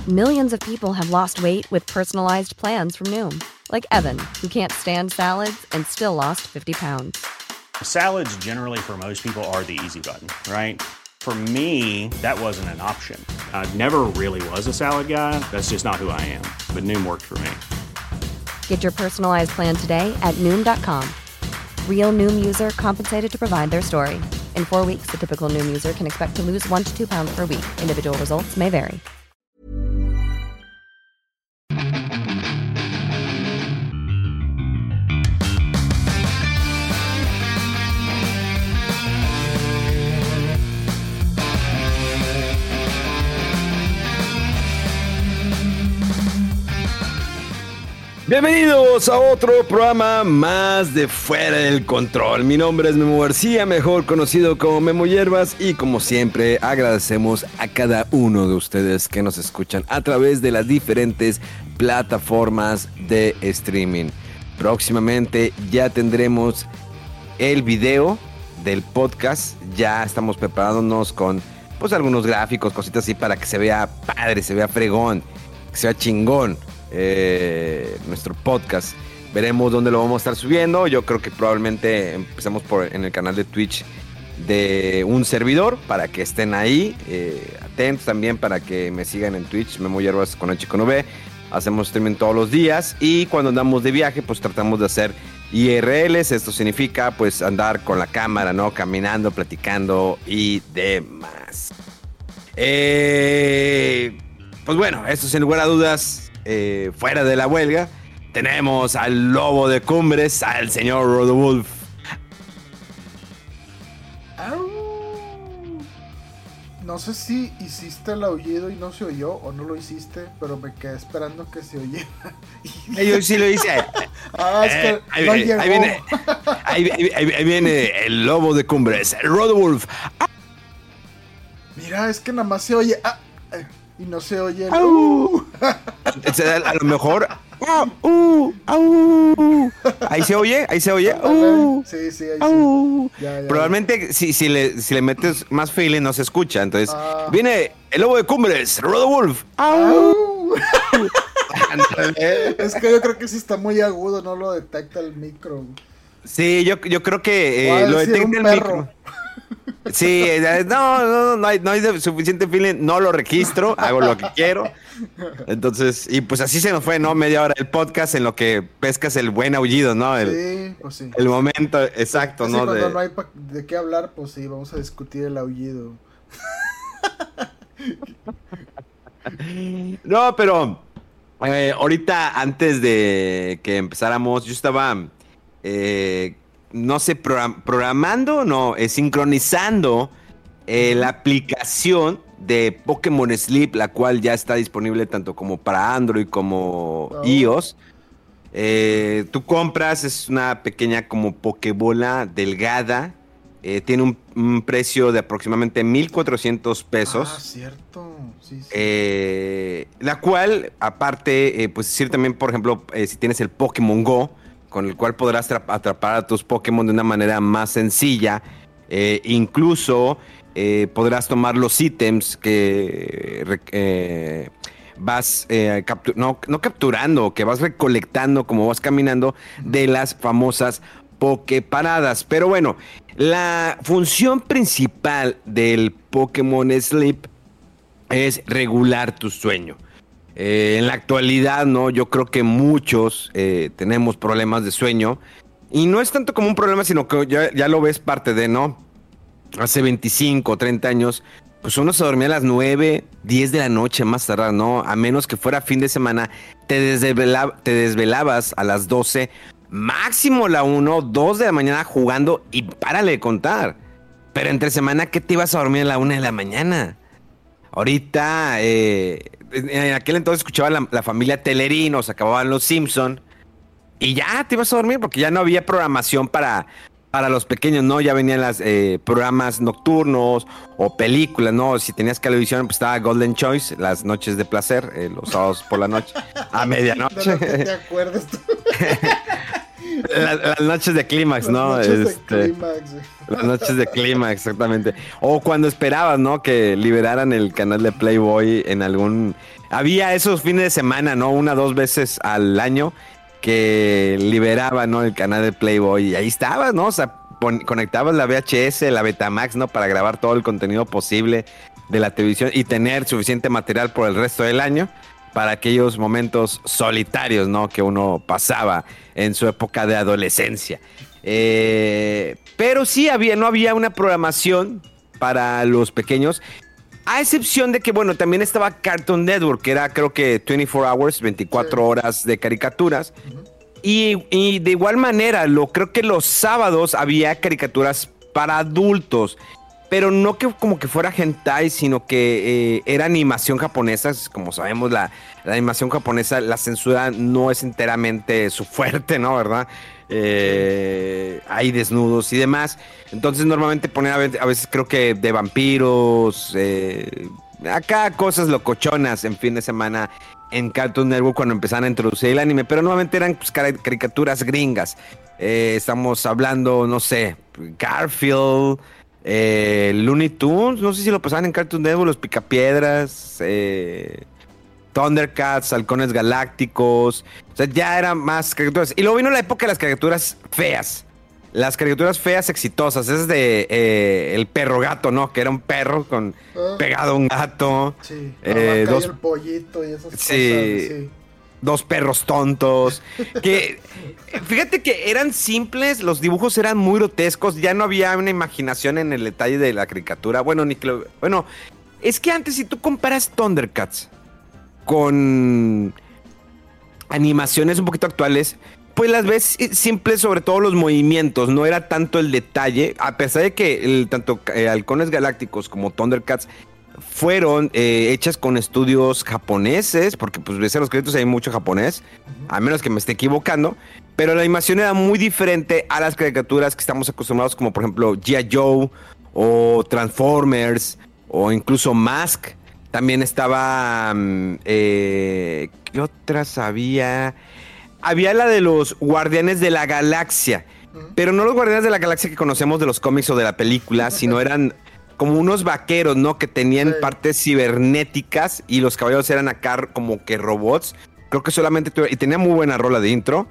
Millions of people have lost weight with personalized plans from Noom. Like Evan, who can't stand salads and still lost 50 pounds. Salads generally for most people are the easy button, right? For me, that wasn't an option. I never really was a salad guy. That's just not who I am. But Noom worked for me. Get your personalized plan today at Noom.com. Real Noom user compensated to provide their story. In 4 weeks, the typical Noom user can expect to lose 1 to 2 pounds per week. Individual results may vary. Bienvenidos a otro programa más de Fuera del Control. Mi nombre es Memo García, mejor conocido como Memo Hierbas, y como siempre agradecemos a cada uno de ustedes que nos escuchan a través de las diferentes plataformas de streaming. Próximamente ya tendremos el video del podcast, ya estamos preparándonos con pues algunos gráficos, cositas así para que se vea padre, se vea fregón, que se vea chingón. Nuestro podcast. Veremos dónde lo vamos a estar subiendo. Yo creo que probablemente empecemos en el canal de Twitch de un servidor para que estén ahí atentos también, para que me sigan en Twitch, Memo Hierbas con H con V. Hacemos streaming todos los días y cuando andamos de viaje pues tratamos de hacer IRLs. Esto significa pues andar con la cámara, ¿no? Caminando, platicando y demás. Pues bueno, esto sin lugar a dudas. Fuera de la huelga, tenemos al lobo de Cumbres, al señor Rodowulf. No sé si hiciste el aullido y no se oyó o no lo hiciste, pero me quedé esperando que se oyera. Yo sí lo hice. Es que no llegó. Ahí viene el lobo de Cumbres, el Rodowulf. Mira, es que nada más se oye y no se oye el A lo mejor ahí se oye Sí, ahí sí. Ya. Probablemente si le metes más feeling no se escucha. Entonces viene el lobo de Cumbres, Rodowulf. Es que yo creo que sí está muy agudo, no lo detecta el micro. Sí, yo creo que lo detecta el micro. Sí, no hay suficiente feeling, no lo registro, hago lo que quiero. Entonces, y pues así se nos fue, ¿no? Media hora el podcast en lo que pescas el buen aullido, ¿no? Sí, pues sí. El momento exacto, sí, ¿no? Cuando no hay de qué hablar, pues sí, vamos a discutir el aullido. No, pero ahorita antes de que empezáramos, yo estaba no sé, sincronizando la aplicación de Pokémon Sleep, la cual ya está disponible tanto como para Android como iOS. Tú compras, es una pequeña como Pokébola delgada, tiene un precio de aproximadamente 1,400 pesos. Cierto. Sí. La cual, aparte, pues decir también, por ejemplo, si tienes el Pokémon Go, con el cual podrás atrapar a tus Pokémon de una manera más sencilla. Incluso podrás tomar los ítems que vas no capturando, que vas recolectando como vas caminando de las famosas Poképaradas. Pero bueno, la función principal del Pokémon Sleep es regular tu sueño. En la actualidad, ¿no? Yo creo que muchos tenemos problemas de sueño. Y no es tanto como un problema, sino que ya lo ves parte de, ¿no? Hace 25 o 30 años, pues uno se dormía a las 9, 10 de la noche más tarde, ¿no? A menos que fuera fin de semana, te desvelabas a las 12, máximo la 1, 2 de la mañana jugando y párale de contar. Pero entre semana, ¿qué te ibas a dormir a la 1 de la mañana? Ahorita, en aquel entonces escuchaba la familia Telerino, se acababan los Simpson y ya te ibas a dormir porque ya no había programación para los pequeños, ¿no? Ya venían los programas nocturnos o películas, ¿no? Si tenías televisión, pues estaba Golden Choice, las noches de placer, los sábados por la noche, a medianoche. No, ¿te acuerdas tú? Las noches de clímax, ¿no? Las noches de clímax, güey. Las noches de clímax, exactamente. O cuando esperabas, ¿no? Que liberaran el canal de Playboy en algún... Había esos fines de semana, ¿no? 1 o 2 veces al año que liberaba, ¿no? El canal de Playboy. Y ahí estabas, ¿no? O sea, conectabas la VHS, la Betamax, ¿no? Para grabar todo el contenido posible de la televisión y tener suficiente material por el resto del año para aquellos momentos solitarios, ¿no? Que uno pasaba en su época de adolescencia. Pero sí no había una programación para los pequeños, a excepción de que, bueno, también estaba Cartoon Network, que era creo que 24 hours, 24 horas de caricaturas. Y de igual manera, creo que los sábados había caricaturas para adultos, pero no que como que fuera hentai, sino que era animación japonesa. Como sabemos, la animación japonesa, la censura no es enteramente su fuerte, ¿no? ¿Verdad? Hay desnudos y demás. Entonces normalmente ponen a veces creo que de vampiros, acá cosas locochonas en fin de semana en Cartoon Network cuando empezaron a introducir el anime, pero normalmente eran pues, caricaturas gringas. Estamos hablando, no sé, Garfield, Looney Tunes, no sé si lo pasaban en Cartoon Network, los Picapiedras, Thundercats, Halcones Galácticos. O sea, ya eran más caricaturas. Y luego vino la época de las caricaturas feas. Las caricaturas feas exitosas. Esas de El Perro Gato, ¿no? Que era un perro con pegado a un gato. Sí. Dos, el pollito y esas cosas. Sí. 2 perros tontos. Que fíjate que eran simples, los dibujos eran muy grotescos. Ya no había una imaginación en el detalle de la caricatura. Bueno, es que antes, si tú comparas Thundercats con animaciones un poquito actuales, pues las ves simples, sobre todo los movimientos, no era tanto el detalle, a pesar de que tanto Halcones Galácticos como Thundercats fueron hechas con estudios japoneses, porque pues ves en los créditos hay mucho japonés, a menos que me esté equivocando, pero la animación era muy diferente a las caricaturas que estamos acostumbrados, como por ejemplo G.I. Joe o Transformers o incluso Mask. También estaba... ¿qué otras había? Había la de los Guardianes de la Galaxia. Pero no los Guardianes de la Galaxia que conocemos de los cómics o de la película, sino eran como unos vaqueros, ¿no? Que tenían partes cibernéticas y los caballeros eran acá como que robots. Creo que solamente... Y tenía muy buena rola de intro.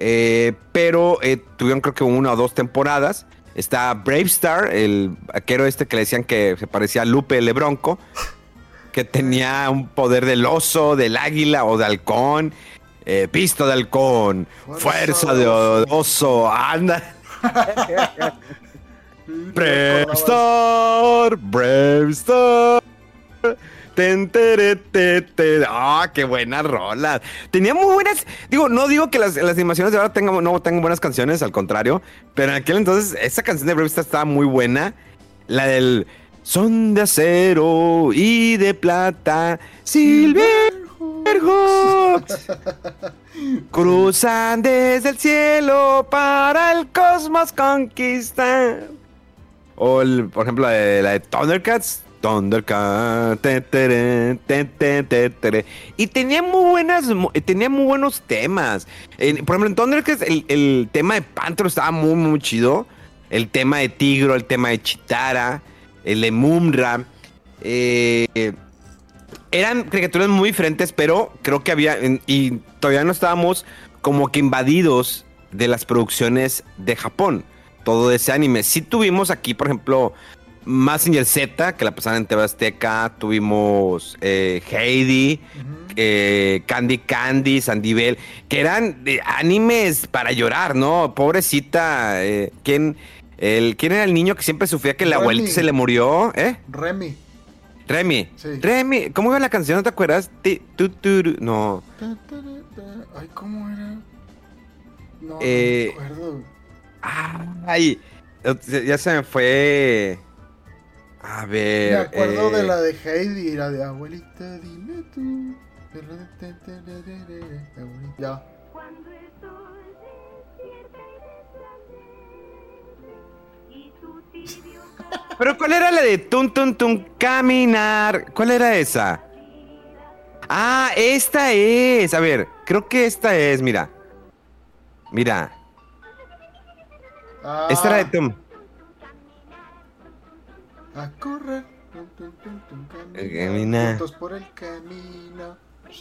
Pero tuvieron creo que 1 o 2 temporadas. Está Bravestar, el vaquero que le decían que se parecía a Lupe Lebronco, que tenía un poder del oso, del águila o de halcón. Pista de halcón, fuerza de oso, anda. Bravestar. Qué buenas rolas. Tenía muy buenas. No digo que las animaciones de ahora no tengan buenas canciones, al contrario. Pero en aquel entonces, esa canción de Bravestar estaba muy buena. La del son de acero y de plata, Silverhawks cruzan desde el cielo para el cosmos conquistar. O por ejemplo la de Thundercats. Y tenía muy buenos temas. Por ejemplo, en Thundercats el tema de Pantro estaba muy, muy chido. El tema de Tigro, el tema de Chitara, el de Mumra. Eran caricaturas muy diferentes, pero creo que había... Y todavía no estábamos como que invadidos de las producciones de Japón. Todo ese anime. Sí tuvimos aquí, por ejemplo, Mazinger Z, que la pasaban en TV Azteca. Tuvimos Heidi, Candy Candy, Sandy Bell, que eran animes para llorar, ¿no? Pobrecita. ¿Quién era el niño que siempre sufría que la abuelita se le murió? Remy. Sí. Remy. ¿Cómo iba la canción? ¿No te acuerdas? No. Ay, ¿cómo era? No me acuerdo. Ay, ya se me fue. A ver. Me acuerdo de la de Heidi, la de abuelita, dime tú. Ya. Pero ¿cuál era la de Tun Tun Tun Caminar? ¿Cuál era esa? Esta es. A ver, creo que esta es, mira. Esta era de Tom. A correr. Camina. Juntos por el camino.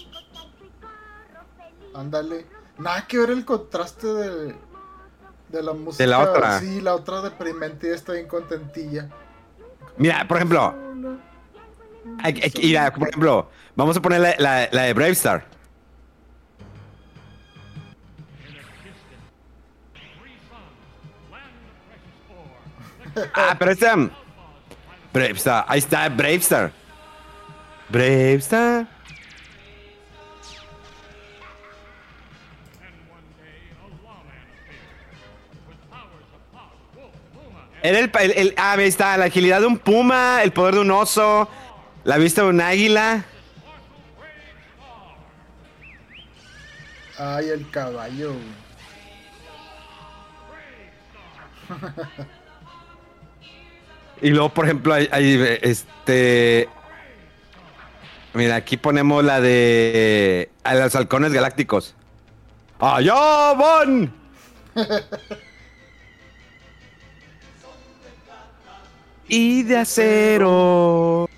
Ándale. Nada que ver el contraste de la música. De la otra. Sí, la otra deprimente y esta bien contentilla. Mira, por ejemplo. Mira, por ejemplo, vamos a poner la de Brave Star. Pero esta. Brave Star. Ahí está, Brave Star. Brave Star. Era ahí está, la agilidad de un puma, el poder de un oso, la vista de un águila. Ay, el caballo, güey. Y luego, por ejemplo, mira, aquí ponemos la de a los halcones galácticos. ¡Allá van! Y de acero.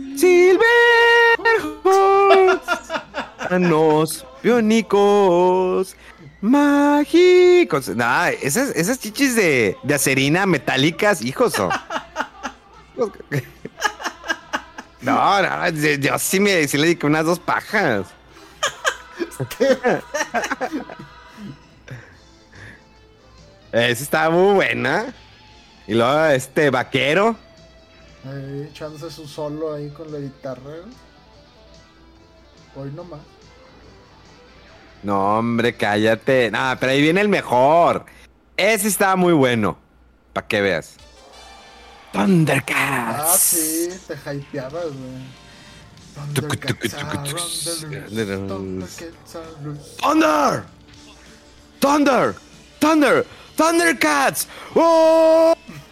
Silverhawks. Biónicos. Mágicos. Nah, esas chichis de acerina metálicas, hijos. No, yo sí le dediqué unas 2 pajas. Esa estaba muy buena. Y luego vaquero. Echándose su solo ahí con la guitarra. Hoy nomás. No, hombre, cállate. No, pero ahí viene el mejor. Ese estaba muy bueno. Para que veas. Thundercats. Ah, sí, te hypeabas, güey. Thundercats are loose. Thunder. Thunder. Thunder. Thundercats. ¡Oh!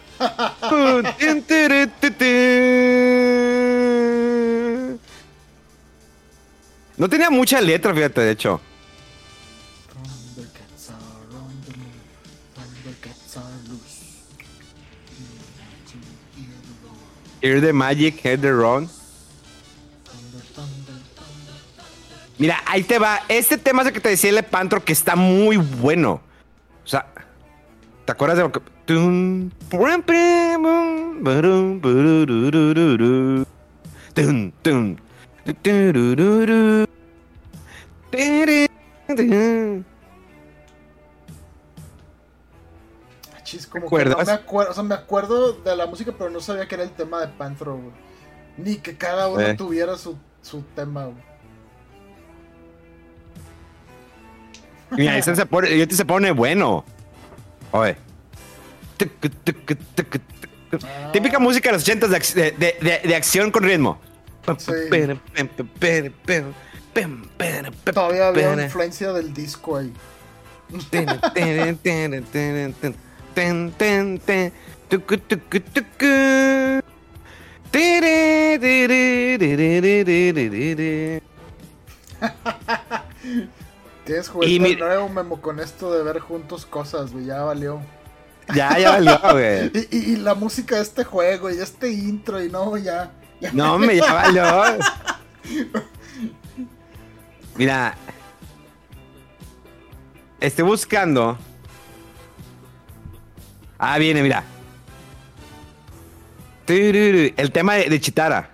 No tenía mucha letra, fíjate, de hecho. Thundercats are on the move. Thundercats are loose. Hear the magic, hear the run. Mira, ahí te va. Este tema es el que te decía el Pantro, que está muy bueno. O sea, ¿te acuerdas de lo que... Chis, como que no me acuerdo, o sea, me acuerdo de la música, pero no sabía que era el tema de Pantro, güey. Ni que cada uno tuviera su tema, güey. Mira, se pone bueno. Oye. Típica música de los 80s de acción con ritmo. Sí. Todavía había influencia del disco ahí. Tienes juguete nuevo, Memo, con esto de ver juntos cosas, güey. Ya valió. Ya valió, güey. y la música de este juego y este intro y no, ya. No, ya valió. Mira. Estoy buscando. Viene, mira. El tema de Chitara.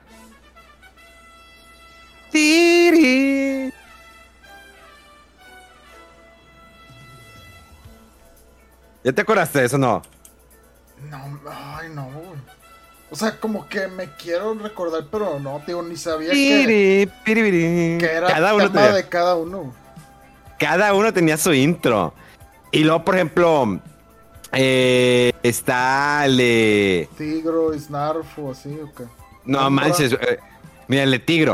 ¿Ya te acordaste de eso, no? No, ay, no, güey. O sea, como que me quiero recordar, pero no, digo, ni sabía que era cada uno tema de cada uno. Cada uno tenía su intro. Y luego, por ejemplo, está el de... Tigro, Snarf o así, ¿o qué? No manches, mira, el de Tigro.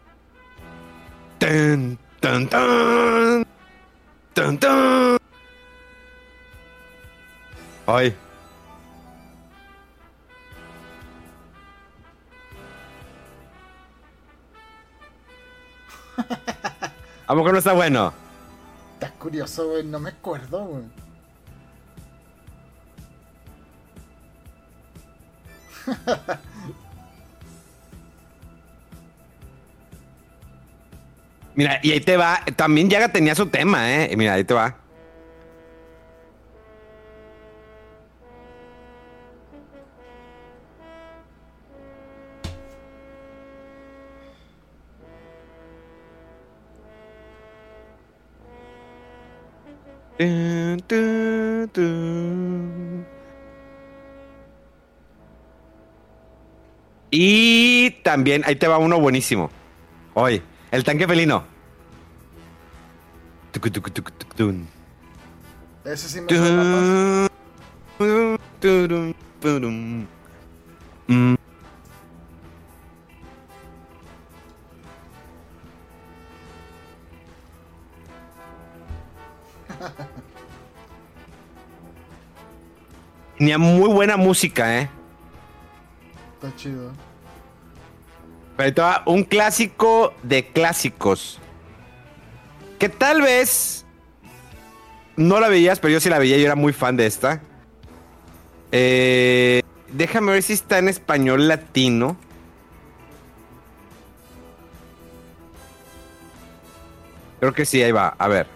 Tun, tun, tun. Tun, tun. Ay. ¿A poco no está bueno? Está curioso, güey, no me acuerdo, güey. Mira, y ahí te va. También Yaga tenía su tema, ¿eh? Mira, ahí te va. Y también, ahí te va uno buenísimo. Hoy, el tanque felino. Ese sí me suena más. Tenía muy buena música, ¿eh? Está chido. Pero ahí te va un clásico de clásicos. Que tal vez no la veías, pero yo sí la veía. Yo era muy fan de esta. Déjame ver si está en español latino. Creo que sí, ahí va. A ver.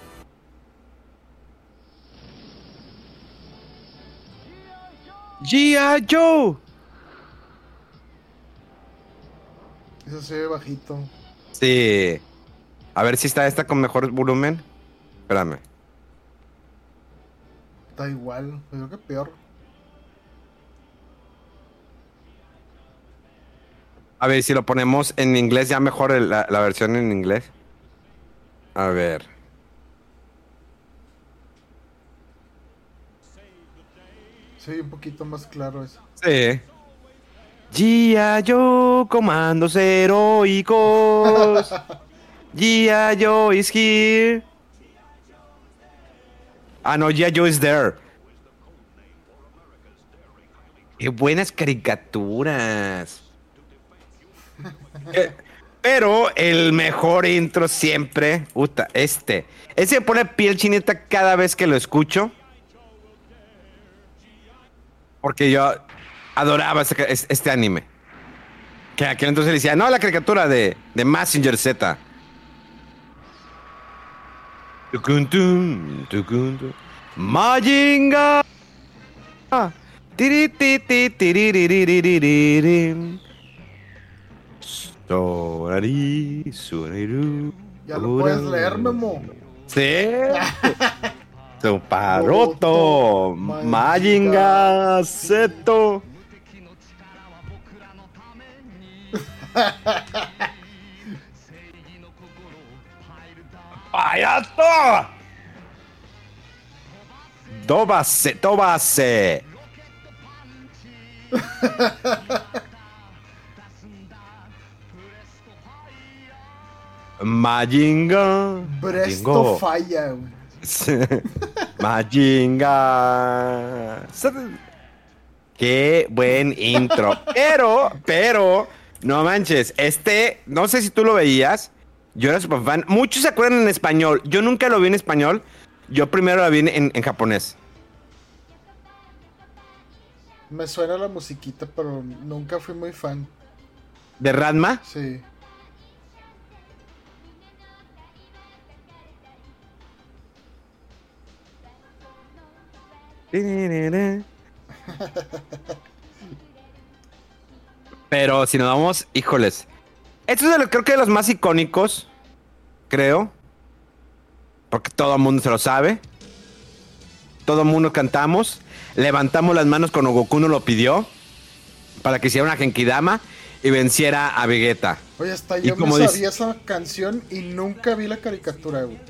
G.I. Joe. Eso se ve bajito. Sí. A ver si está esta con mejor volumen. Espérame. Está igual, creo que peor. A ver si lo ponemos en inglés, ya mejor la versión en inglés. A ver. Sí, un poquito más claro eso. Sí. G.I. Joe, comandos heroicos. G.I. Joe is here. Ah, no, G.I. Joe is there. Qué buenas caricaturas. Pero el mejor intro siempre. Ese me pone piel chinita cada vez que lo escucho. Porque yo adoraba este anime. Que aquel entonces le decía, no, la caricatura de Mazinger Z. Majinga. Ya lo puedes leer, Memo. Sí. Superoto Majinga Zeto. ¡Hayato! Tobase. Majinga. Presto falla, güey. Majinga. Qué buen intro. Pero, no manches. No sé si tú lo veías. Yo era super fan. Muchos se acuerdan en español. Yo nunca lo vi en español. Yo primero lo vi en japonés. Me suena la musiquita, pero nunca fui muy fan. ¿De Ranma? Sí. Pero si nos vamos, híjoles. Esto es creo que de los más icónicos. Creo. Porque todo el mundo se lo sabe. Todo el mundo cantamos. Levantamos las manos cuando Goku nos lo pidió. Para que hiciera una Genkidama y venciera a Vegeta. Oye, hasta yo me sabía esa canción y nunca vi la caricatura, güey.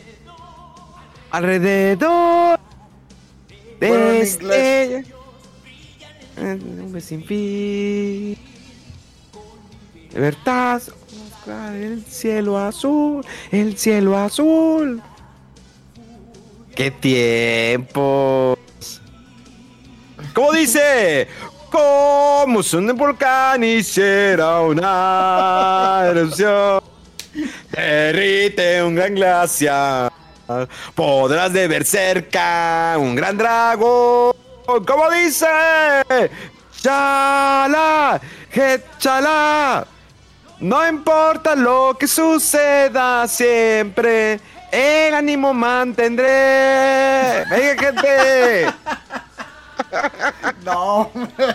Alrededor de en inglés. Nube sin fin. Libertad. El cielo azul. El cielo azul. ¡Qué tiempos! ¿Cómo dice? Como un volcán hiciera una erupción. Derrite un gran glaciar. Podrás de ver cerca un gran dragón. ¿Cómo dice? Chala, chala. No importa lo que suceda, siempre el ánimo mantendré. Venga, gente. No.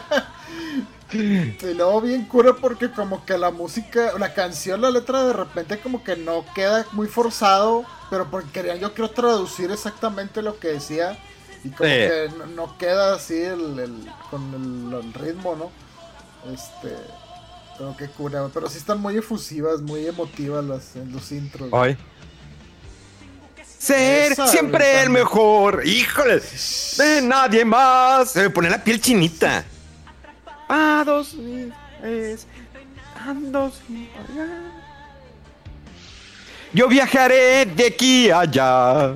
Y luego bien cura porque como que la música, la canción, la letra de repente como que no queda muy forzado, pero porque querían yo creo traducir exactamente lo que decía y como que no queda así con el ritmo, ¿no? Pero qué cura, pero sí están muy efusivas, muy emotivas los intros. Ay. Ser siempre el mejor, híjole, de nadie más. Se me pone la piel chinita. Atrapados ando sin parar. Yo viajaré de aquí a allá.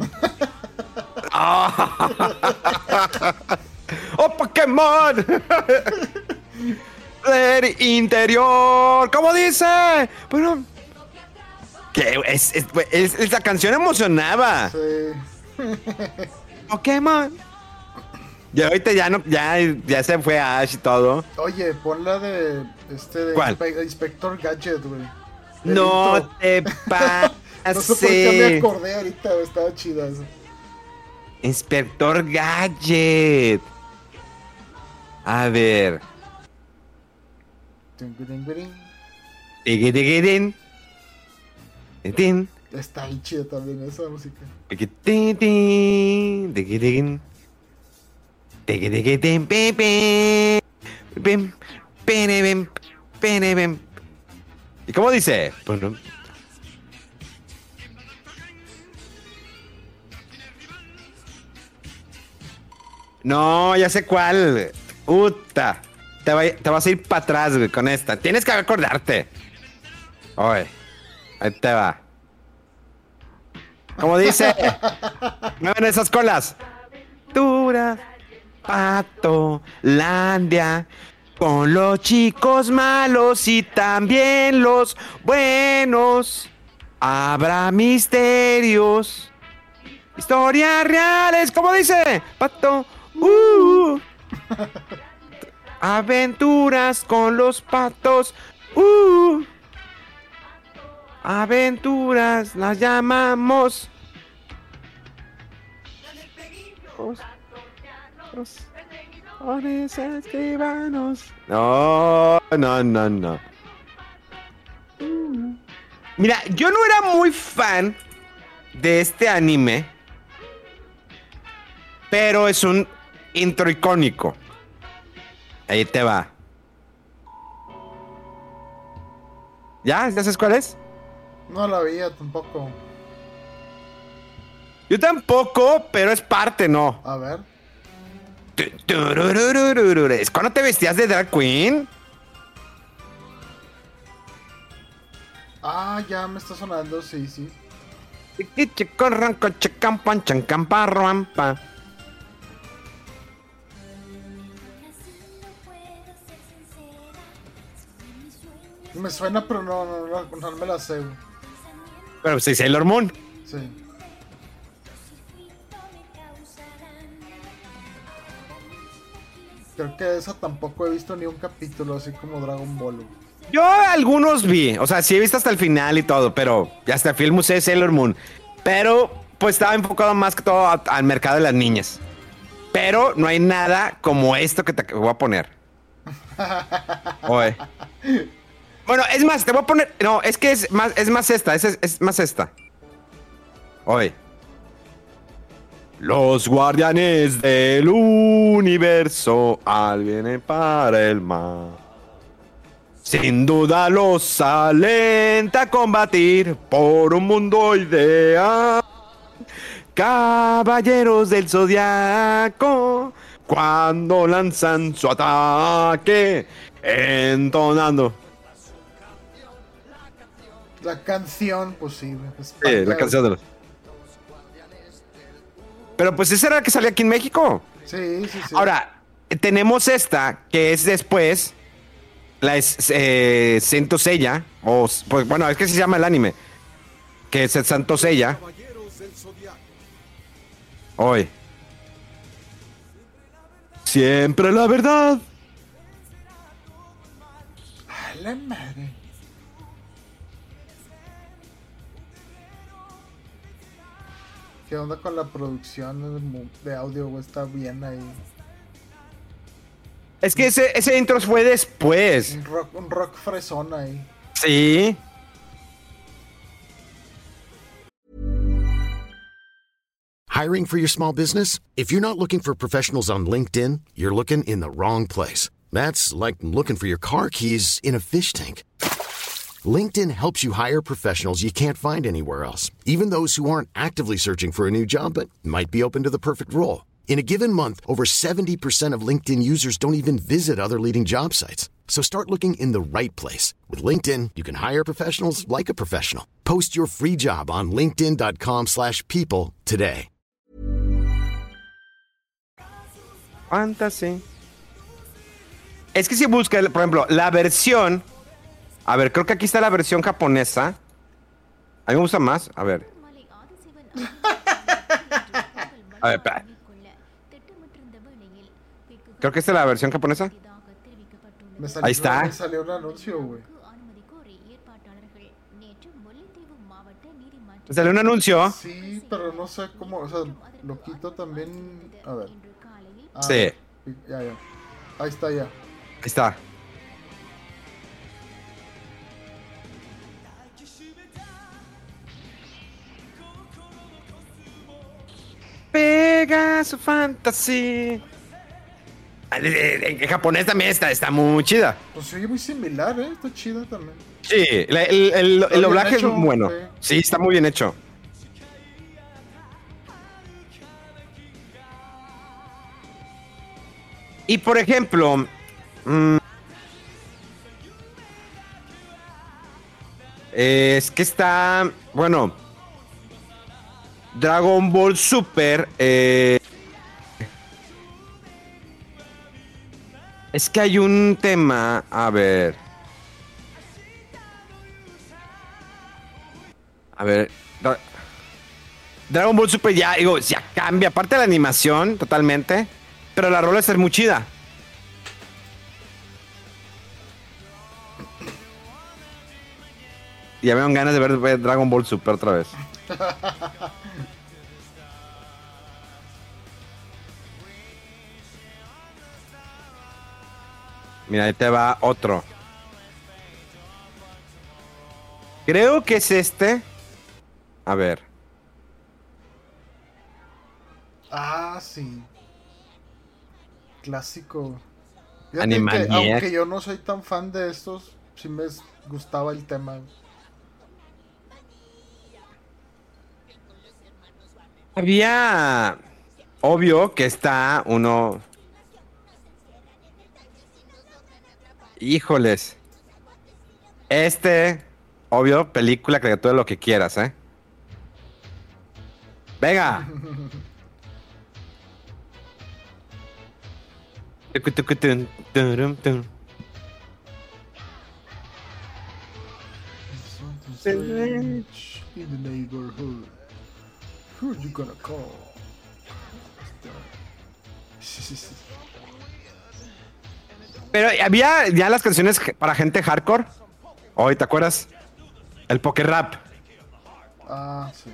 ¡Oh, Pokémon! Del interior. ¿Cómo dice? Bueno, que la canción emocionaba. Sí. Pokémon. Y ahorita ya se fue Ash y todo. Oye, pon la de ¿Cuál? Inspector Gadget, güey. No intro. te pases. No sé por qué me acordé ahorita, estaba chida eso. Inspector Gadget. A ver. Tigidin. Está ahí chida también esa música. ¿Y cómo dice? No, ya sé cuál. Uta. Te vas a ir para atrás, güey, con esta. Tienes que acordarte. Oye, ahí te va. ¿Cómo dice? Mueven esas colas. Dura, Pato, Landia, con los chicos malos y también los buenos. Habrá misterios, historias reales. ¿Cómo dice? Pato, aventuras con los patos, aventuras las llamamos. No. Mira, yo no era muy fan de este anime, pero es un intro icónico. Ahí te va. ¿Ya sabes cuál es? No la veía tampoco. Yo tampoco, pero es parte, ¿no? A ver. ¿Es cuando te vestías de drag queen? Ah, ya me está sonando, sí. Me suena, pero no me la sé. Pero sí, Sailor Moon. Sí. Creo que de esa tampoco he visto ni un capítulo, así como Dragon Ball. Yo algunos vi, o sea, sí he visto hasta el final y todo, pero ya hasta film usé Sailor Moon. Pero pues estaba enfocado más que todo al mercado de las niñas. Pero no hay nada como esto que te voy a poner. Oye. Bueno, es más, te voy a poner. No, es que es más esta. Es más esta. Oye. Los guardianes del universo al vienen para el mal. Sin duda los alenta a combatir por un mundo ideal. Caballeros del Zodiaco, cuando lanzan su ataque, entonando. La canción posible. Sí, la canción de los. Pero pues esa era la que salía aquí en México. Sí. Ahora, tenemos esta, que es después, la Saint Seiya, o pues bueno, es que se llama el anime, que es el Santo Seiya. Hoy. Siempre la verdad. la madre. ¿Qué onda con la producción de audio, güey? Está bien ahí. Es que ese intro fue después. Un rock fresón ahí. Sí. Hiring for your small business? If you're not looking for professionals on LinkedIn, you're looking in the wrong place. That's like looking for your car keys in a fish tank. LinkedIn helps you hire professionals you can't find anywhere else, even those who aren't actively searching for a new job but might be open to the perfect role. In a given month, over 70% of LinkedIn users don't even visit other leading job sites. So start looking in the right place. With LinkedIn, you can hire professionals like a professional. Post your free job on linkedin.com/people today. Fantasy. Es que si busca, por ejemplo, la versión... A ver, creo que aquí está la versión japonesa. A mí me gusta más. A ver. A ver, espera. Creo que esta es la versión japonesa. Ahí está. Me salió un anuncio, güey. ¿Me salió un anuncio? Sí, pero no sé cómo, o sea, lo quito también. A ver. Sí. Ya. Ahí está ya. Ahí está. Pegasus Fantasy. En japonés también está muy chida. Pues sí, muy similar, está chida también. Sí, el doblaje es bueno. Sí. Sí, está muy bien hecho. Y por ejemplo, es que está, bueno, Dragon Ball Super. Es que hay un tema, a ver. Dragon Ball Super ya cambia, aparte de la animación totalmente, pero la rola es muy chida. Ya me dan ganas de ver Dragon Ball Super otra vez. Mira, ahí te va otro. Creo que es este. A ver. Ah, sí. Clásico. Animaniacs. Aunque yo no soy tan fan de estos, sí me gustaba el tema. Había... Obvio que está uno... Híjoles. Obvio, película, criatura, lo que quieras, ¿eh? ¡Venga! In the neighborhood. Who you gonna call? Pero había ya las canciones para gente hardcore. Hoy, ¿te acuerdas? El poker rap. Ah, sí.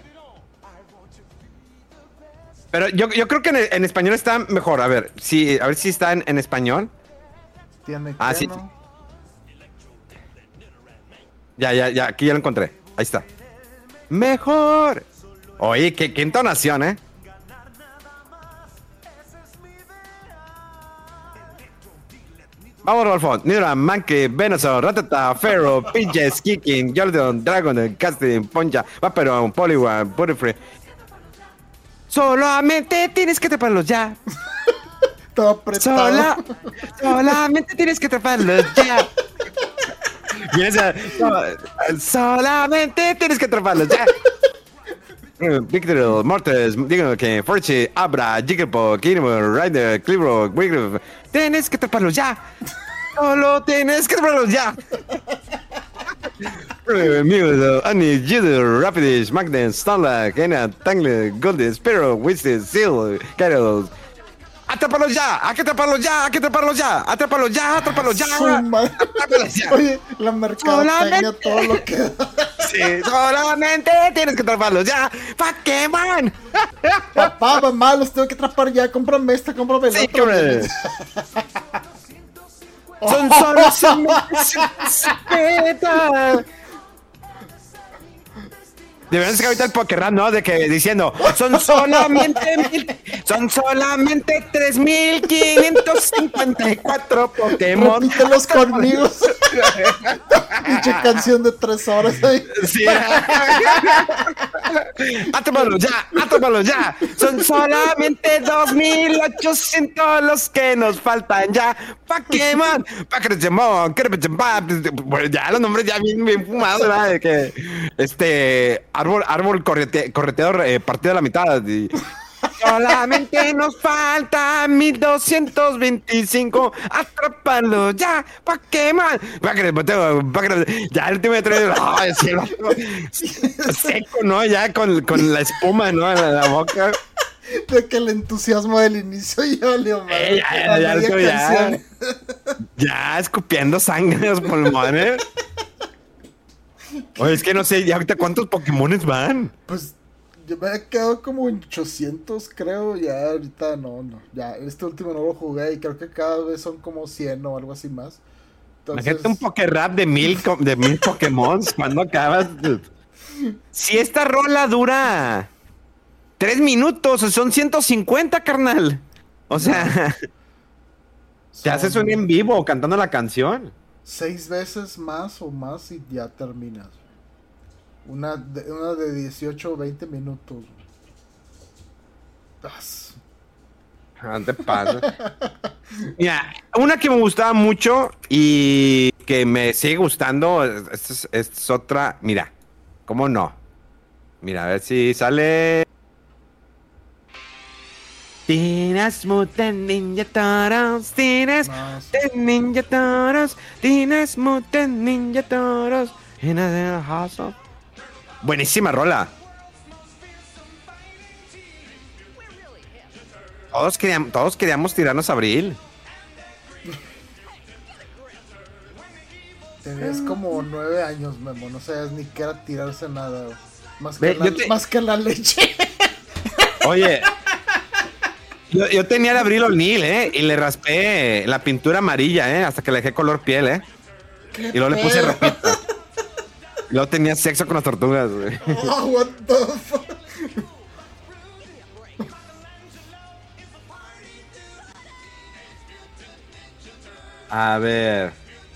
Pero yo creo que en español está mejor. A ver si está en español. Tiene que, sí. ¿no? Ya, aquí ya lo encontré. Ahí está. Mejor. Oye, qué entonación, ¿eh? Vamos, Rolfo. Nidra, Monkey, Venusaur, Ratata, Pharaoh, Pinches, Kicking, Jordan, Dragon, Casting, Poncha, Vaperon, Poliwag, Butterfree. Solamente tienes que atraparlos ya. Todo apretado. Solamente tienes que atraparlos ya. Solamente tienes que atraparlos ya. Victor, Mortis, digo que Forchi, Abra, Jigglypuff, Kinemon, Rider, Clibro, Wigglypuff. Tienes que atraparlos ya. Solo tienes que atraparlos ya. Mew, Annie, Judo, Rapidish, Magnet, Stunlock, Ena, Tangle, Golden, Sparrow, Whistle, Seal, Gyarados, ¡Atrápalo ya! ¡Hay que atraparlo ya! ¡Hay que atraparlo ya! ¡Atrápalo ya! ¡Atrápalo ya! ¡Atrápalo ya! Oye, la mercadotecnia, todo lo que da. Sí, solamente tienes que atraparlo ya. ¡Pokémon! Papá, mamá, los tengo que atrapar ya. Cómprame esta, cómprame la Sí, otra. hombre. Son solo semillas. Deberían sacar ahorita el Pokerrap, ¿no? De que diciendo, son solamente 3,554 Pokémon. Repítelos conmigo. Pinche canción de 3 horas ahí. Sí. Atrápalo ya. Son solamente 2,800 los que nos faltan ya. Pokémon. Bueno, ya los nombres ya bien fumados, ¿verdad? De que, árbol correteador partido a la mitad. Y solamente nos falta 1,225. Atrápalo ya, Pokémon. Ya el último de ay, seco, ¿no? Ya con la espuma, ¿no? En la boca. De que el entusiasmo del inicio ya valió madre. Ya escupiendo sangre en los pulmones. Oye, es que no sé, ya ahorita cuántos Pokémones van. Pues yo me he quedado como en 800, creo. Ya ahorita no. Ya este último no lo jugué y creo que cada vez son como 100 o algo así más. Entonces... Imagínate un Pokérap de 1,000 Pokémon. ¿Cuándo acabas? Si esta rola dura 3 minutos, son 150, carnal. O sea, te haces un en vivo cantando la canción. 6 veces más o más y ya terminas. Una de 18 o 20 minutos. No te pasa. Mira, una que me gustaba mucho y que me sigue gustando, es otra. Mira, ¿cómo no? Mira, a ver si sale. Teenage Mutant Ninja Turtles, Teenage Mutant Ninja Turtles, Teenage Mutant Ninja Turtles, in a house of... Buenísima rola. Todos queríamos tirarnos a Abril. Tenías como 9 años, Memo, no sabías ni qué era tirarse nada. Más que la leche. Oye... Yo tenía el Abril O'Neil, y le raspé la pintura amarilla, hasta que le dejé color piel, y luego le puse ropita. Y luego tenía sexo con las tortugas, güey. Oh, what the fuck. A ver.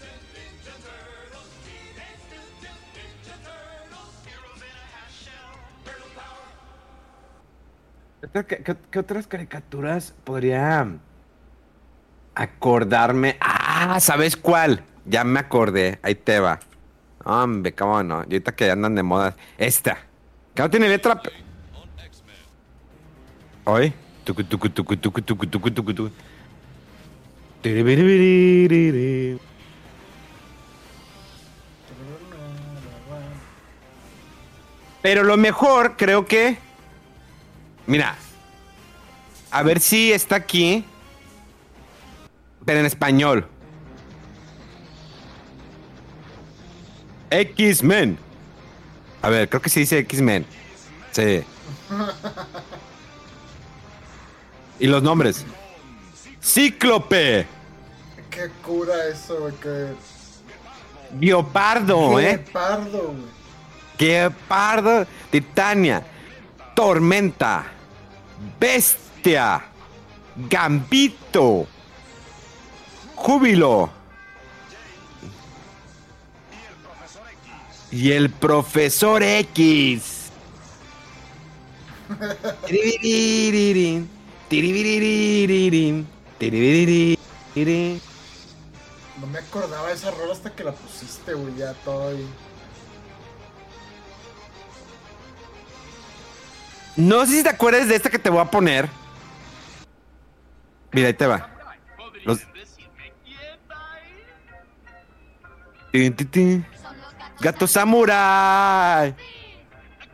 ¿Qué otras caricaturas podría acordarme? Ah, ¿sabes cuál? Ya me acordé. Ahí te va. Hombre, cómo no. Y ahorita que andan de moda. Esta. Que no tiene letra. Hoy. Tucu, tucu, tucu, tucu, tucu, tucu, tucu, tucu. Pero lo mejor, creo que... Mira, a ver si está aquí, pero en español. X-Men. A ver, creo que se dice X-Men. Sí. Y los nombres. Cíclope. Qué cura eso, güey. Guepardo, Guepardo, güey. Guepardo. Titania. Tormenta, Bestia, Gambito, Júbilo y el Profesor X. No me acordaba de esa rola hasta que la pusiste, güey, ya todo ahí. No sé si te acuerdas de esta que te voy a poner. Mira, ahí te va. Gato Samurai.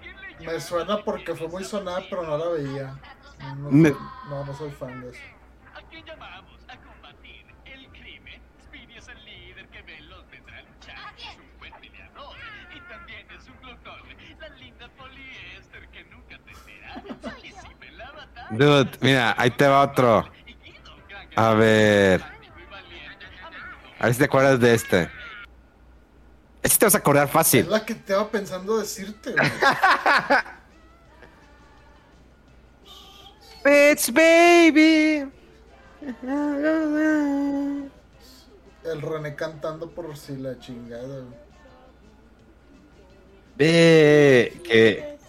Me suena porque fue muy sonada, pero no la veía. No soy fan de eso. Ya vamos a combatir el crimen. Speedy es el líder que Veloz vendrá a luchar. Es un buen peleador. Y también es un glotón. La linda poliéster que nunca te será. Participe en la batalla. Dude, mira, ahí te va otro. A ver si te acuerdas de este. Este te vas a acordar Es fácil. la que te estaba pensando decirte, güey. Bitch, baby. El René cantando por si la chingada, güey. Ve que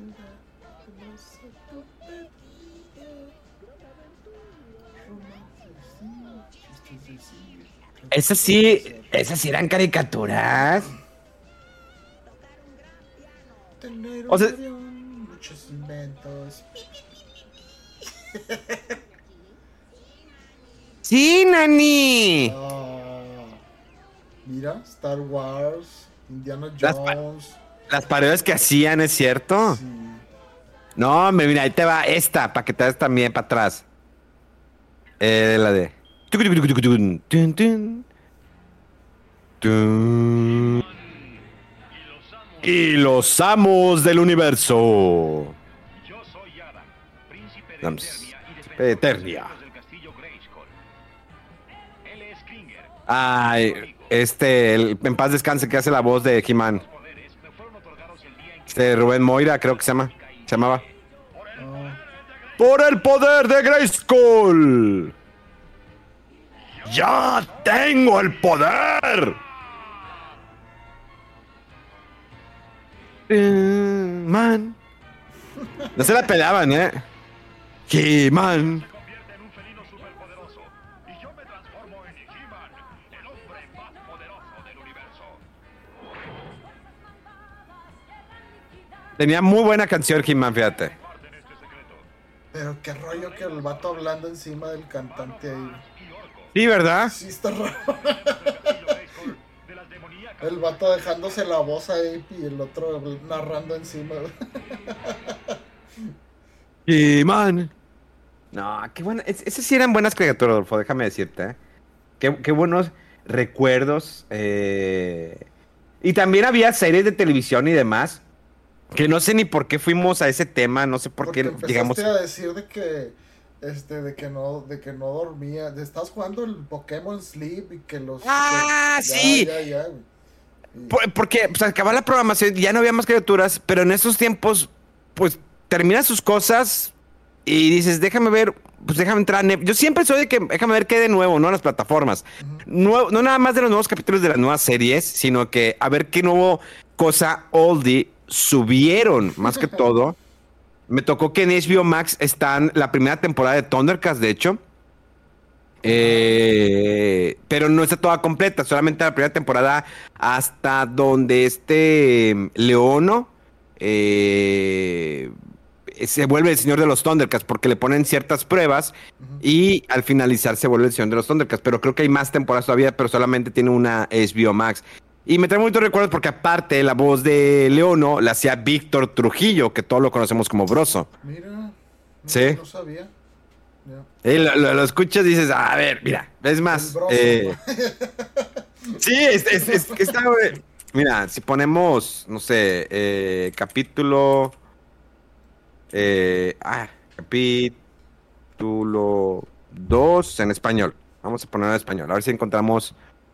esas sí eran caricaturas. Tener O sea- un avión, muchos inventos. Sí, Nani. Ah, mira, Star Wars, Indiana Las Jones. Las parodias que hacían, ¿es cierto? Sí. No, hombre, mira, ahí te va esta, para que te des también para atrás. La de... Tun, tun. Tun. Y los amos del universo. Yo soy Adam, príncipe de Vamos. Eternia y Eternia. defensor del castillo Grayskull. Él es Klinger. Ay, en paz descanse, que hace la voz de He-Man. Los poderes me fueron otorgados el día en que Rubén Moira, creo que se llamaba. Ah, ¡Por el poder de Grayskull! ¡Ya tengo el poder! Man. No se la pelaban, He-Man. se convierte en un felino superpoderoso. Y yo me transformo en He-Man, el hombre más poderoso del universo. Tenía muy buena canción He-Man, fíjate. Comparten este secreto. pero qué rollo que el vato hablando encima del cantante ahí. Sí, ¿verdad? Sí, está raro. Castillo Grayskull de las demoníacas. El vato dejándose la voz ahí y el otro narrando encima. He-Man. No, qué buena. Esas sí eran buenas caricaturas, Adolfo, déjame decirte, Qué buenos recuerdos. Y también había series de televisión y demás. Que no sé ni por qué fuimos a ese tema, no sé por Porque qué empezaste llegamos. a decir de que no dormía. Estás jugando el Pokémon Sleep y que los. ¡Ah, ya, sí! Ya, güey. Porque pues, acababa la programación, ya no había más criaturas, pero en esos tiempos, pues terminas sus cosas y dices, déjame ver, pues déjame entrar. Yo siempre soy de que déjame ver qué hay de nuevo, ¿no? En las plataformas. No nada más de los nuevos capítulos de las nuevas series, sino que a ver qué nuevo cosa oldie subieron, más que todo. Me tocó que en HBO Max están la primera temporada de Thundercats, de hecho. Pero no está toda completa, solamente la primera temporada hasta donde Leono se vuelve el señor de los Thundercats porque le ponen ciertas pruebas y al finalizar se vuelve el señor de los Thundercats. Pero creo que hay más temporadas todavía, pero solamente tiene una HBO Max. Y me trae muchos recuerdos porque aparte la voz de Leono la hacía Víctor Trujillo, que todos lo conocemos como Broso. Mira. No, Sí. No sabía. Ya. Lo escuchas y dices, a ver, mira, es más. El Broso. Sí, está, güey. Mira, si ponemos, no sé, capítulo. Capítulo 2 en español. Vamos a poner en español. A ver si encontramos.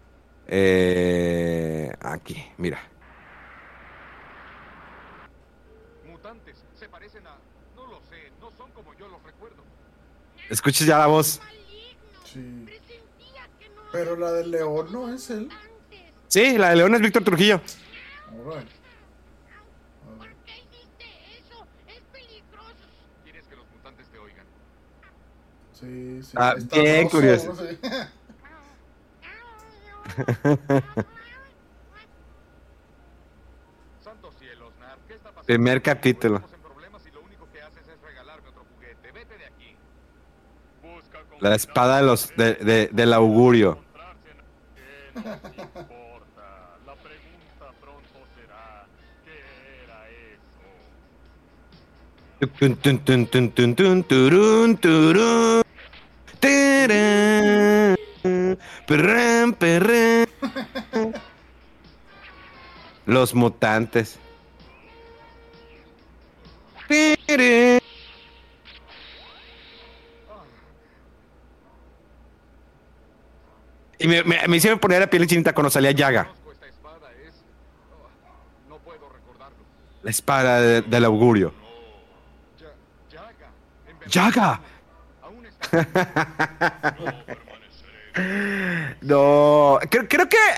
Aquí, mira. Mutantes, se parecen a... No lo sé, no son como yo los recuerdo. ¿Escuchas ya la voz? Sí. Pero la de León no es él. Sí, la de León es Víctor Trujillo. Alright. ¿Por qué hiciste eso? Es peligroso. ¿Quieres que los mutantes te oigan? Sí, sí. Ah, Está bien Broso, curioso. sí. Santos cielos, Nar, ¿qué está pasando? Primer capítulo. Estamos en problemas y lo único que haces es regalarme otro juguete. Vete de aquí. Busca La espada del augurio. ¿Qué nos importa? La pregunta pronto será, ¿qué era eso? Tun, tun, tun, tun, tun, tun, turun, turun. Tere, Perrán, perrán. Los mutantes. Y me hicieron poner la piel chinita cuando salía Yaga. Esta espada es... no puedo recordarlo. La espada del augurio. Yaga. En verdad, ¡Yaga! aún está... No, creo que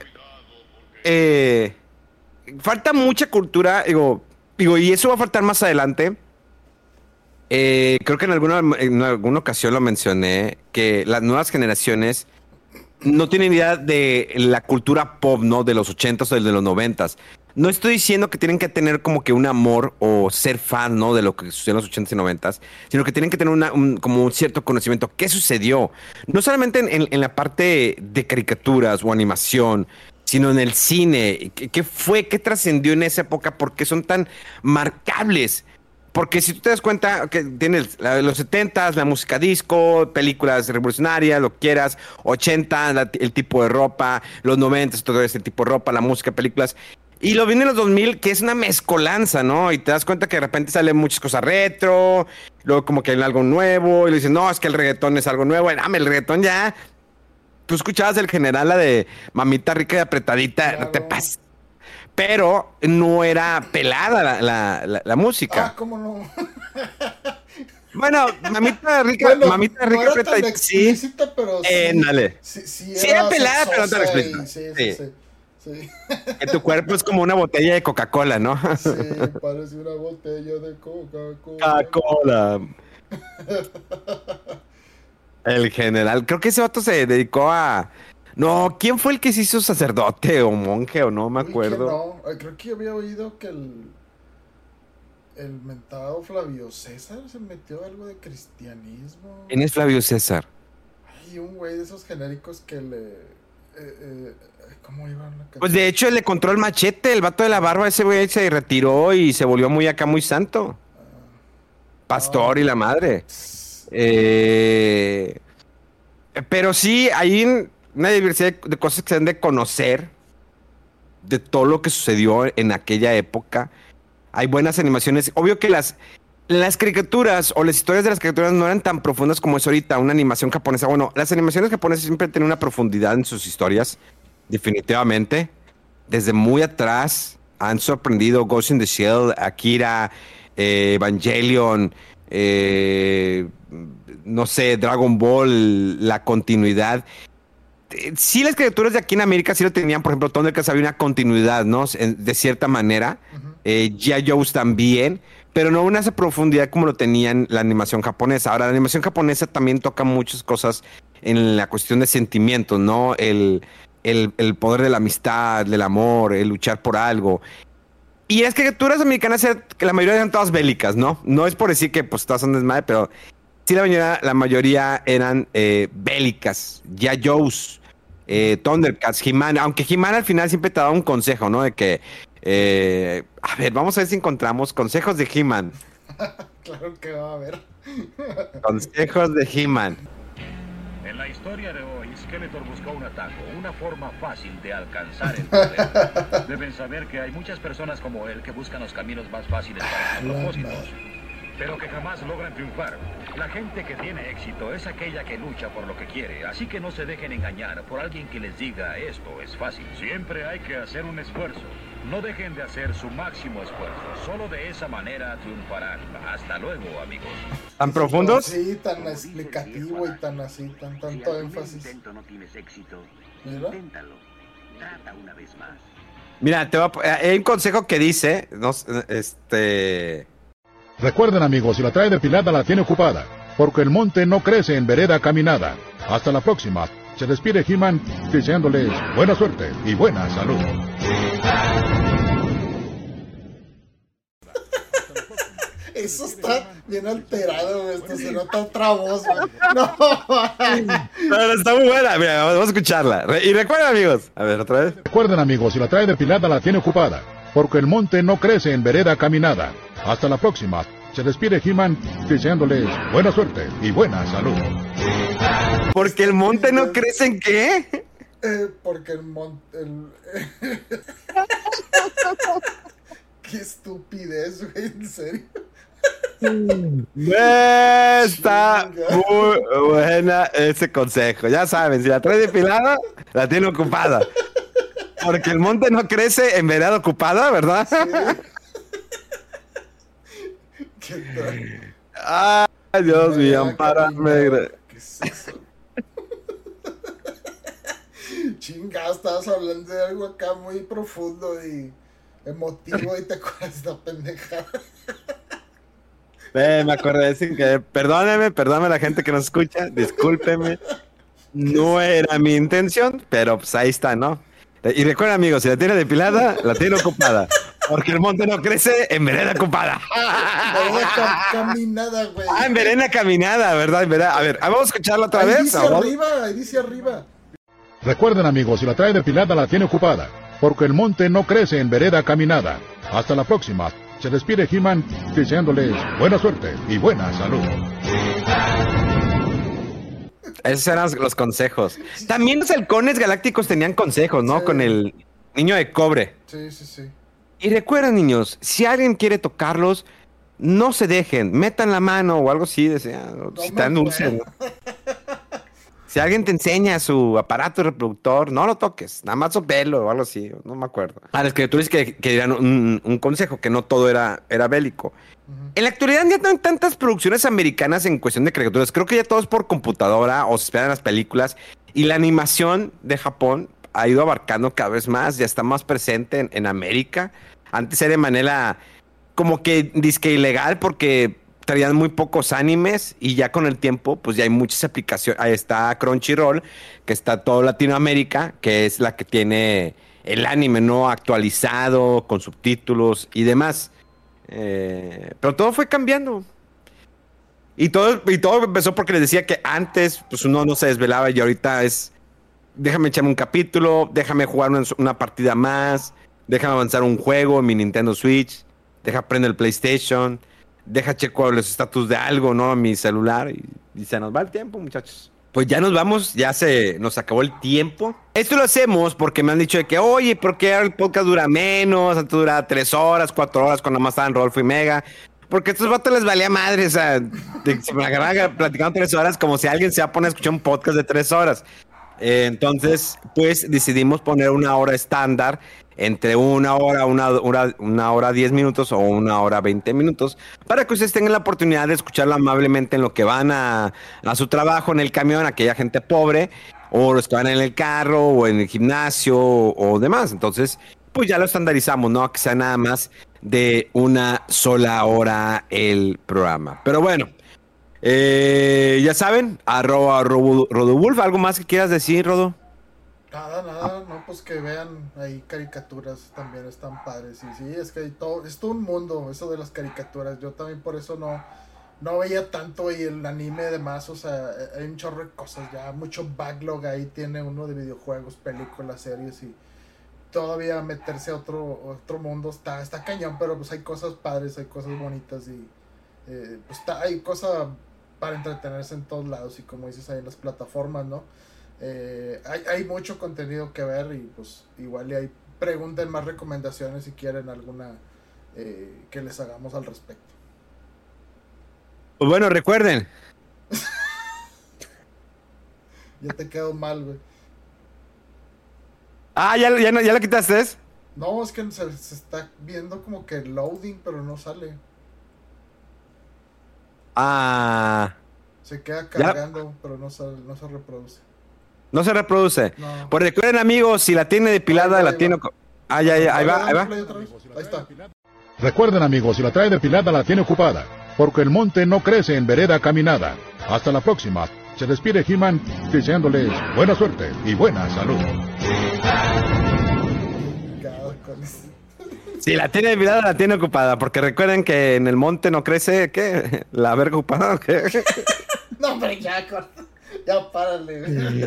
falta mucha cultura, digo, y eso va a faltar más adelante. Creo que en alguna ocasión lo mencioné, que las nuevas generaciones no tienen idea de la cultura pop, ¿no? De los 80s o de los 90s. No estoy diciendo que tienen que tener como que un amor o ser fan, ¿no? De lo que sucedió en los 80s y 90s, sino que tienen que tener como un cierto conocimiento. ¿Qué sucedió? No solamente en la parte de caricaturas o animación, sino en el cine. ¿Qué fue? ¿Qué trascendió en esa época? ¿Por qué son tan marcables? Porque si tú te das cuenta que tienes los 70s, la música disco, películas revolucionarias, lo que quieras, 80, el tipo de ropa, los 90s, todo ese tipo de ropa, la música, películas. Y lo viene en los 2000, que es una mezcolanza, ¿no? Y te das cuenta que de repente salen muchas cosas retro, luego como que hay algo nuevo, y le dicen, no, es que el reggaetón es algo nuevo. Dame el reggaetón ya. Tú escuchabas el general, la de mamita rica y apretadita, Claro. no te pases. Pero no era pelada la música. Ah, ¿cómo no? Bueno, mamita rica, Bueno, mamita no rica, era tan apretadita, sí. explícita, pero sí. Dale. Sí, Sí era pelada, pero no tan sexosa explícita. y- Sí. Sí. Que tu cuerpo es como una botella de Coca-Cola, ¿no? Sí, parece una botella de Coca-Cola. Coca-Cola. El general. Creo que ese vato se dedicó a... No, ¿quién fue el que se hizo sacerdote o monje o no me Uy, que acuerdo? no. Creo que había oído que el mentado Flavio César se metió algo de cristianismo. ¿Quién es Flavio César? Ay, un güey de esos genéricos que le... ¿cómo iba la canción? Pues de hecho le encontró el machete, el vato de la barba, ese güey se retiró y se volvió muy acá, muy santo. Pastor y la madre. Pero sí, hay una diversidad de cosas que se han de conocer de todo lo que sucedió en aquella época. Hay buenas animaciones. Obvio que las caricaturas o las historias de las caricaturas no eran tan profundas como es ahorita una animación japonesa. Bueno, las animaciones japonesas siempre tienen una profundidad en sus historias, definitivamente. Desde muy atrás han sorprendido Ghost in the Shell, Akira, Evangelion, no sé, Dragon Ball, la continuidad. Sí, las criaturas de aquí en América sí lo tenían. Por ejemplo, Thundercats había una continuidad, ¿no? De cierta manera. G.I. Joe's también, pero no una esa profundidad como lo tenían la animación japonesa. Ahora, la animación japonesa también toca muchas cosas en la cuestión de sentimientos, ¿no? El poder de la amistad, del amor, el luchar por algo. Y las criaturas americanas, que la mayoría eran todas bélicas, ¿no? No es por decir que pues todas son desmadre, pero sí la mayoría eran bélicas. G.I. Joe's, Thundercats, He-Man, aunque He-Man al final siempre te daba un consejo, ¿no? De que, a ver, vamos a ver si encontramos consejos de He-Man. Claro que va a haber. Consejos de He-Man. En la historia de hoy, Skeletor buscó un atajo, una forma fácil de alcanzar el poder. Deben saber que hay muchas personas como él que buscan los caminos más fáciles para sus propósitos, pero que jamás logran triunfar. La gente que tiene éxito es aquella que lucha por lo que quiere, así que no se dejen engañar por alguien que les diga esto es fácil. Siempre hay que hacer un esfuerzo. No dejen de hacer su máximo esfuerzo. Solo de esa manera triunfarán. Hasta luego, amigos. ¿Tan profundos? Sí, tan explicativo y tan así, tan tanto énfasis. no tienes éxito, Mira. inténtalo. Trata una vez más. Mira, hay un consejo que dice, Recuerden, amigos, si la trae depilada la tiene ocupada, porque el monte no crece en vereda caminada. Hasta la próxima. Se despide He-Man deseándoles buena suerte y buena salud. Eso está bien alterado, güey. Esto se nota otra voz, güey. No. Pero está muy buena. Mira, vamos a escucharla. Y recuerden, amigos. A ver, otra vez. Recuerden, amigos, si la trae depilada la tiene ocupada, porque el monte no crece en vereda caminada. Hasta la próxima. se despide He-Man deseándoles buena suerte y buena salud. Porque el monte no crece en qué. Porque el monte... Qué estupidez, güey, en serio. Está muy buena ese consejo. Ya saben, si la trae depilada, la tiene ocupada. Porque el monte no crece en vereda ocupada, ¿verdad? Sí. ¿Qué tal? Ay, Dios mío, ampárame. ¿Qué es eso? Chingado, estabas hablando de algo acá muy profundo y emotivo y te acuerdas de esta pendejada. Me acordé sin que... Perdóneme la gente que nos escucha, discúlpeme. No era mi intención, pero pues ahí está, ¿no? Y recuerden, amigos, si la tiene depilada, la tiene ocupada. Porque el monte no crece en vereda ocupada. Vereda caminada, güey. En vereda caminada, ¿verdad? En vereda. A ver, vamos a escucharla otra vez. Ahí dice arriba. Recuerden, amigos, si la trae depilada, la tiene ocupada. Porque el monte no crece en vereda caminada. Hasta la próxima. Se despide He-Man deseándoles buena suerte y buena salud. Esos eran los consejos. También los halcones galácticos tenían consejos, ¿no? Sí. Con el niño de cobre. Sí. Y recuerden, niños, si alguien quiere tocarlos, no se dejen, metan la mano o algo así. Si están dulces, ¿no? Si alguien te enseña su aparato reproductor, no lo toques, nada más sopelo o algo así, no me acuerdo. Las criaturas que dieran un consejo, que no todo era bélico. En la actualidad ya no hay tantas producciones americanas en cuestión de caricaturas. Creo que ya todo es por computadora o se esperan las películas. Y la animación de Japón ha ido abarcando cada vez más. Ya está más presente en América. Antes era de manera como que disque ilegal porque traían muy pocos animes. Y ya con el tiempo pues ya hay muchas aplicaciones. Ahí está Crunchyroll, que está todo Latinoamérica, que es la que tiene el anime, ¿no? Actualizado, con subtítulos y demás. Pero todo fue cambiando. Y todo empezó porque les decía que antes pues uno no se desvelaba y ahorita es déjame echarme un capítulo, déjame jugar una partida más, déjame avanzar un juego en mi Nintendo Switch, deja prender el PlayStation, deja checo los estatus de algo, ¿no? En mi celular y se nos va el tiempo, muchachos. Pues ya nos vamos, ya se nos acabó el tiempo. Esto lo hacemos porque me han dicho de que, oye, ¿por qué el podcast dura menos? Antes duraba 3 horas, 4 horas cuando más estaban Rodolfo y Mega. Porque a estos vatos les valía madre, o sea, se me agarraban platicando 3 horas como si alguien se va a poner a escuchar un podcast de 3 horas. Entonces, pues decidimos poner una hora estándar entre una hora 10 minutos o 1 hora 20 minutos para que ustedes tengan la oportunidad de escucharlo amablemente en lo que van a su trabajo, en el camión, aquella gente pobre, o los que van en el carro o en el gimnasio o demás. Entonces, pues ya lo estandarizamos, ¿no? Que sea nada más de 1 sola hora el programa. Pero bueno, ya saben, @RodoWolf. ¿Algo más que quieras decir, Rodo? Nada, no, pues que vean ahí caricaturas, también están padres. Y sí, es que hay todo, es todo un mundo eso de las caricaturas. Yo también por eso no veía tanto y el anime además, o sea, hay un chorro de cosas ya, mucho backlog ahí tiene uno de videojuegos, películas, series y todavía meterse a otro mundo está cañón, pero pues hay cosas padres, hay cosas bonitas y pues hay cosas para entretenerse en todos lados y como dices ahí en las plataformas, ¿no? Hay mucho contenido que ver y pues igual y ahí pregunten más recomendaciones si quieren alguna que les hagamos al respecto. Pues bueno, recuerden. Ya te quedó mal, güey. ¿Ya la quitaste? No, es que se está viendo como que loading, pero no sale. Se queda cargando, pero no se reproduce. ¿No se reproduce? No. Pues recuerden, amigos, si la tiene depilada, la tiene... ahí va. Ahí está. Recuerden, amigos, si la trae depilada, la tiene ocupada. Porque el monte no crece en vereda caminada. Hasta la próxima. Se despide He-Man deseándoles buena suerte y buena salud. Si la tiene depilada, la tiene ocupada. Porque recuerden que en el monte no crece... ¿Qué? ¿La verga ocupada o qué? No, hombre, ya párale.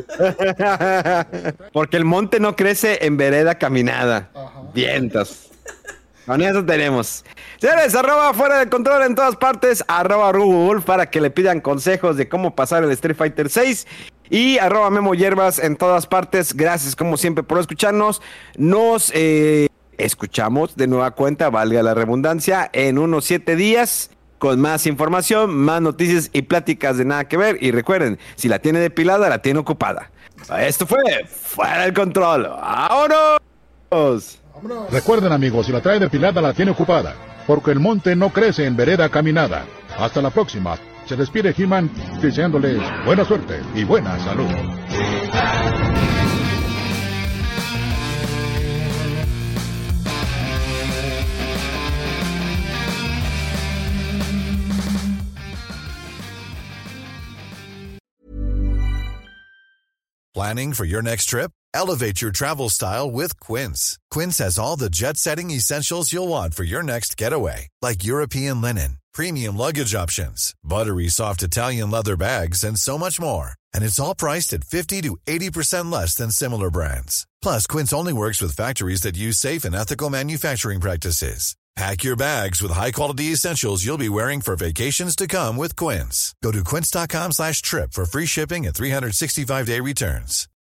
Porque el monte no crece en vereda caminada. Ajá. Vientos. Con eso tenemos. Señores, arroba fuera de control en todas partes, arroba Rubul para que le pidan consejos de cómo pasar el Street Fighter 6 y arroba Memo Hierbas en todas partes. Gracias como siempre por escucharnos. Nos escuchamos de nueva cuenta, valga la redundancia, en unos 7 días con más información, más noticias y pláticas de nada que ver. Y recuerden, si la tiene depilada, la tiene ocupada. Esto fue Fuera del Control. ¡Vámonos! Recuerden, amigos, si la trae depilada la tiene ocupada, porque el monte no crece en vereda caminada. Hasta la próxima. Se despide He-Man deseándoles buena suerte y buena salud. Planning for your next trip? Elevate your travel style with Quince. Quince has all the jet-setting essentials you'll want for your next getaway, like European linen, premium luggage options, buttery soft Italian leather bags, and so much more. And it's all priced at 50 to 80% less than similar brands. Plus, Quince only works with factories that use safe and ethical manufacturing practices. Pack your bags with high-quality essentials you'll be wearing for vacations to come with Quince. Go to quince.com/trip for free shipping and 365-day returns.